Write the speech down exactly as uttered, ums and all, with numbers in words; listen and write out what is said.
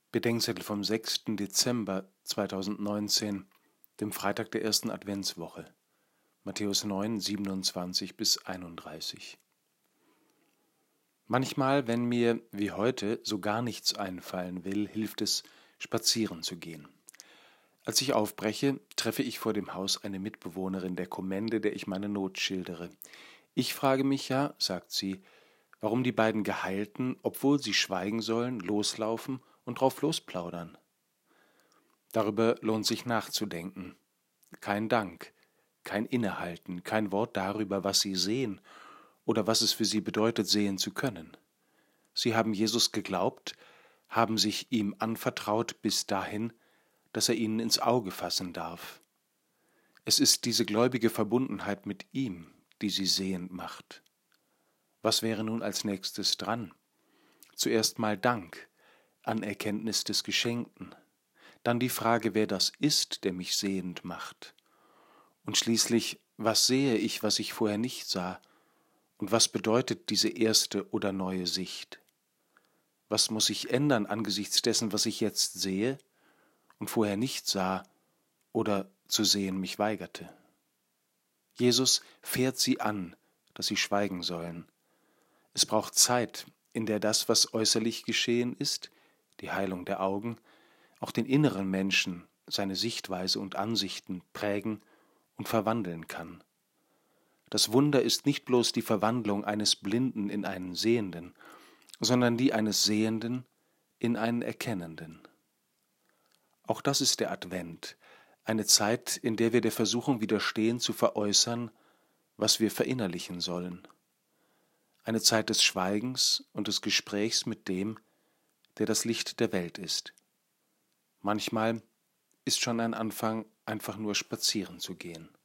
Bedenkzettel vom sechsten Dezember zweitausendneunzehn, dem Freitag der ersten Adventswoche, Matthäus neun, siebenundzwanzig bis einunddreißig. Manchmal, wenn mir wie heute so gar nichts einfallen will, hilft es, spazieren zu gehen. Als ich aufbreche, treffe ich vor dem Haus eine Mitbewohnerin der Kommende, der ich meine Not schildere. Ich frage mich ja, sagt sie, warum die beiden Geheilten, obwohl sie schweigen sollen, loslaufen und drauf losplaudern. Darüber lohnt sich nachzudenken. Kein Dank, kein Innehalten, kein Wort darüber, was sie sehen oder was es für sie bedeutet, sehen zu können. Sie haben Jesus geglaubt, haben sich ihm anvertraut bis dahin, dass er ihnen ins Auge fassen darf. Es ist diese gläubige Verbundenheit mit ihm, die sie sehend macht. Was wäre nun als nächstes dran? Zuerst mal Dank, Anerkenntnis des Geschenkten, dann die Frage, wer das ist, der mich sehend macht. Und schließlich, was sehe ich, was ich vorher nicht sah? Und was bedeutet diese erste oder neue Sicht? Was muss ich ändern angesichts dessen, was ich jetzt sehe und vorher nicht sah oder zu sehen mich weigerte? Jesus fährt sie an, dass sie schweigen sollen. Es braucht Zeit, in der das, was äußerlich geschehen ist, die Heilung der Augen, auch den inneren Menschen, seine Sichtweise und Ansichten prägen und verwandeln kann. Das Wunder ist nicht bloß die Verwandlung eines Blinden in einen Sehenden, sondern die eines Sehenden in einen Erkennenden. Auch das ist der Advent, eine Zeit, in der wir der Versuchung widerstehen, zu veräußern, was wir verinnerlichen sollen. Eine Zeit des Schweigens und des Gesprächs mit dem, der das Licht der Welt ist. Manchmal ist schon ein Anfang, einfach nur spazieren zu gehen.